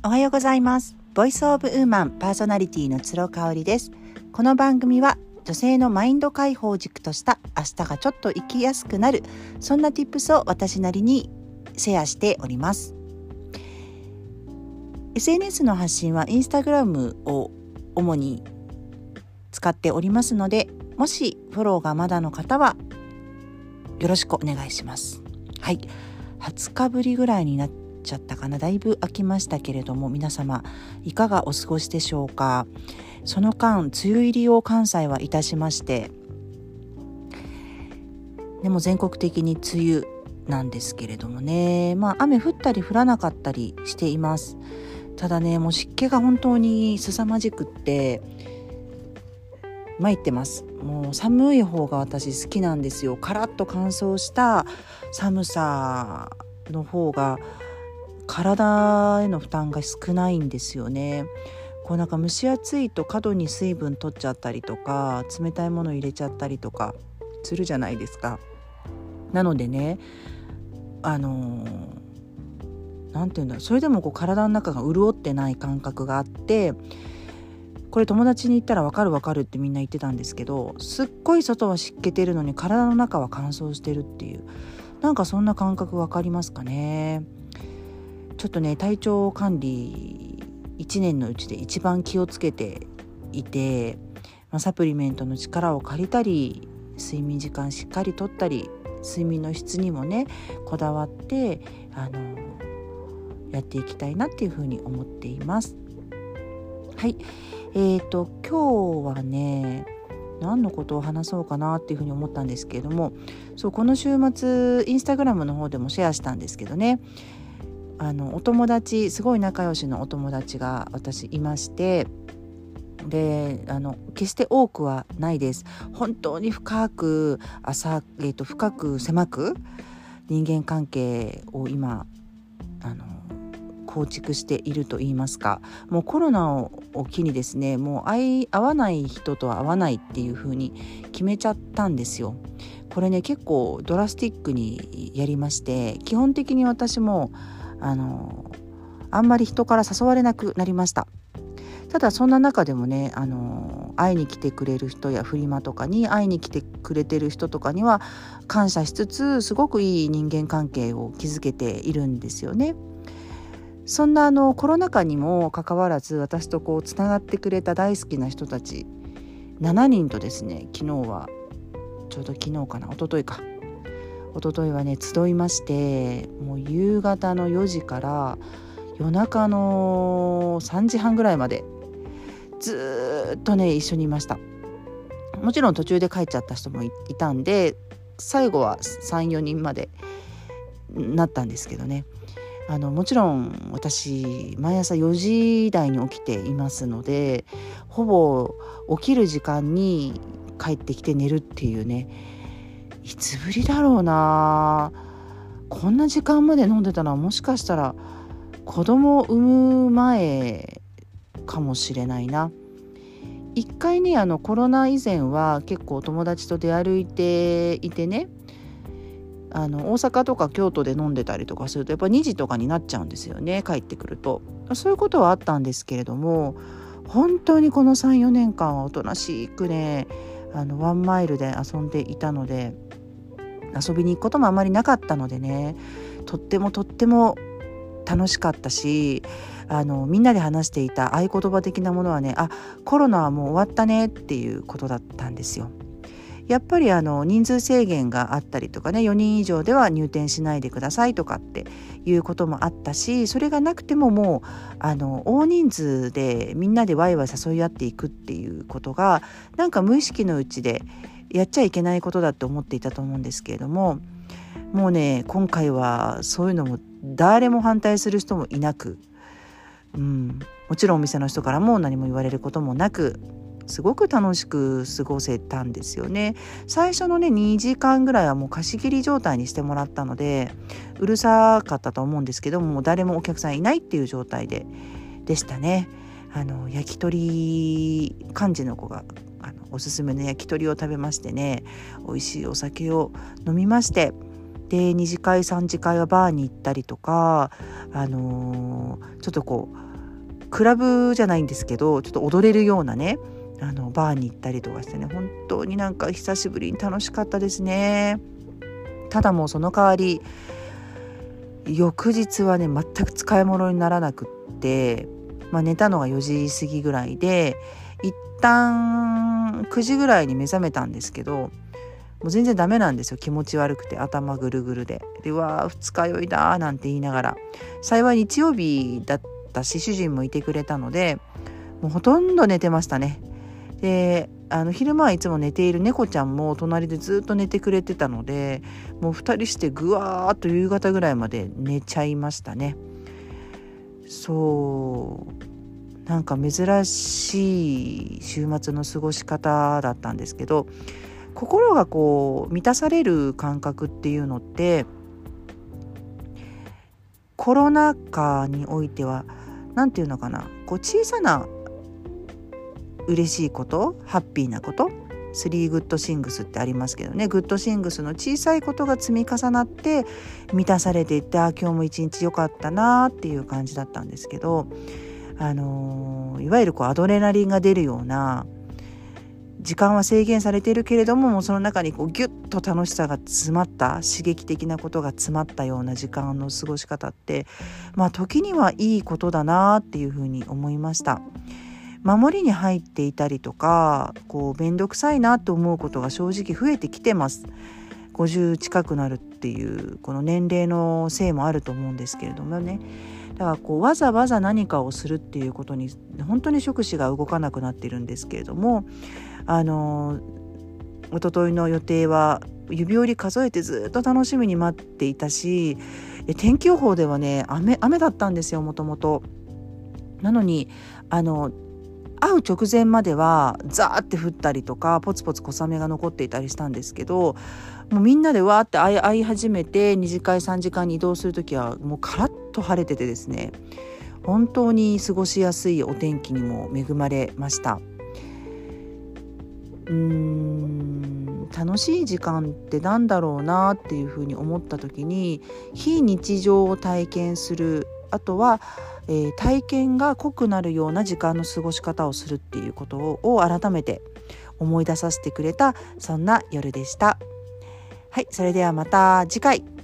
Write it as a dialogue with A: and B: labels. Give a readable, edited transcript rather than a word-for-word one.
A: おはようございます。ボイスオブウーマンパーソナリティのつろかおりです。この番組は女性のマインド解放軸とした明日がちょっと生きやすくなる、そんな tips を私なりにシェアしております。 SNS の発信はインスタグラムを主に使っておりますので、もしフォローがまだの方はよろしくお願いします。はい、20日ぶりぐらいになっちゃったかな。だいぶ空きましたけれども、皆様いかがお過ごしでしょうか。その間梅雨入りを関西はいたしまして、でも全国的に梅雨なんですけれどもね、雨降ったり降らなかったりしています。ただね、もう湿気が本当に凄まじくって参ってます。もう寒い方が私好きなんですよ。カラッと乾燥した寒さの方が体への負担が少ないんですよね。こうなんか蒸し暑いと過度に水分取っちゃったりとか、冷たいもの入れちゃったりとかするじゃないですか。なのでね、なんていうんだろう、それでもこう体の中が潤ってない感覚があって、これ友達に言ったら分かるってみんな言ってたんですけど、すっごい外は湿気てるのに体の中は乾燥してるっていう、なんかそんな感覚分かりますかね。ちょっとね、体調管理1年のうちで一番気をつけていて、サプリメントの力を借りたり、睡眠時間しっかりとったり、睡眠の質にもねこだわってやっていきたいなっていうふうに思っています。はい、今日はね、何のことを話そうかなっていうふうに思ったんですけれども、この週末インスタグラムの方でもシェアしたんですけどね、お友達、すごい仲良しのお友達が私いまして、で決して多くはないです。本当に深く深く狭く人間関係を今構築していると言いますか、もうコロナを機にですね、もう会わない人とは会わないっていう風に決めちゃったんですよ。これね、結構ドラスティックにやりまして、基本的に私もあんまり人から誘われなくなりました。ただそんな中でもね、会いに来てくれる人やフリマとかに会いに来てくれてる人とかには感謝しつつ、すごくいい人間関係を築けているんですよね。そんなコロナ禍にもかかわらず、私とこうつながってくれた大好きな人たち7人とですね、昨日はちょうど昨日かな、一昨日はね集いまして、もう夕方の4時から夜中の3時半ぐらいまでずっとね一緒にいました。もちろん途中で帰っちゃった人もいたんで、最後は 3,4 人までなったんですけどね、もちろん私毎朝4時台に起きていますので、ほぼ起きる時間に帰ってきて寝るっていうね、いつぶりだろうな。こんな時間まで飲んでたのはもしかしたら子供を産む前かもしれないな。一回ね、コロナ以前は結構友達と出歩いていてね、大阪とか京都で飲んでたりとかするとやっぱ2時とかになっちゃうんですよね、帰ってくると。そういうことはあったんですけれども、本当にこの 3,4 年間はおとなしくねワンマイルで遊んでいたので、遊びに行くこともあまりなかったのでね、とっても楽しかったし、みんなで話していた合言葉的なものはね、コロナはもう終わったねっていうことだったんですよ。やっぱり人数制限があったりとかね、4人以上では入店しないでくださいとかっていうこともあったし、それがなくてももう大人数でみんなでワイワイ誘い合っていくっていうことが、なんか無意識のうちでやっちゃいけないことだと思っていたと思うんですけれども、もうね、今回はそういうのも誰も反対する人もいなく、もちろんお店の人からも何も言われることもなく、すごく楽しく過ごせたんですよね。最初のね2時間ぐらいはもう貸し切り状態にしてもらったので、うるさかったと思うんですけども、誰もお客さんいないっていう状態でしたね。焼き鳥幹事の子がおすすめの焼き鳥を食べましてね、美味しいお酒を飲みまして、で2次会3次会はバーに行ったりとか、ちょっとこうクラブじゃないんですけど、ちょっと踊れるようなねバーに行ったりとかしてね、本当になんか久しぶりに楽しかったですね。ただもうその代わり翌日はね全く使い物にならなくって、寝たのが4時過ぎぐらいで、一旦9時ぐらいに目覚めたんですけど、もう全然ダメなんですよ。気持ち悪くて頭ぐるぐるで、うわー二日酔いだなんて言いながら、幸い日曜日だったし主人もいてくれたのでもうほとんど寝てましたね。で昼間はいつも寝ている猫ちゃんも隣でずっと寝てくれてたので、もう2人してぐわーっと夕方ぐらいまで寝ちゃいましたね。そうなんか珍しい週末の過ごし方だったんですけど、心がこう満たされる感覚っていうのってコロナ禍においてはなんていうのかな、こう小さな嬉しいこと、ハッピーなこと、3グッドシングスってありますけどね、グッドシングスの小さいことが積み重なって満たされていって、今日も一日良かったなっていう感じだったんですけど、いわゆるこうアドレナリンが出るような、時間は制限されているけれども、もうその中にこうギュッと楽しさが詰まった、刺激的なことが詰まったような時間の過ごし方って、時にはいいことだなっていうふうに思いました。守りに入っていたりとか、こう面倒くさいなと思うことが正直増えてきてます。50近くなるっていうこの年齢のせいもあると思うんですけれどもね。だからこうわざわざ何かをするっていうことに本当に触手が動かなくなっているんですけれども、一昨日の予定は指折り数えてずっと楽しみに待っていたし、天気予報ではね雨だったんですよ、もともと。なのに会う直前まではザーって降ったりとかポツポツ小雨が残っていたりしたんですけど、もうみんなでわーって会い始めて2次会3時間に移動するときはもうカラッと晴れててですね、本当に過ごしやすいお天気にも恵まれました。楽しい時間ってなんだろうなっていうふうに思った時に、非日常を体験する、あとは、体験が濃くなるような時間の過ごし方をするっていうことを改めて思い出させてくれた、そんな夜でした。はい、それではまた次回。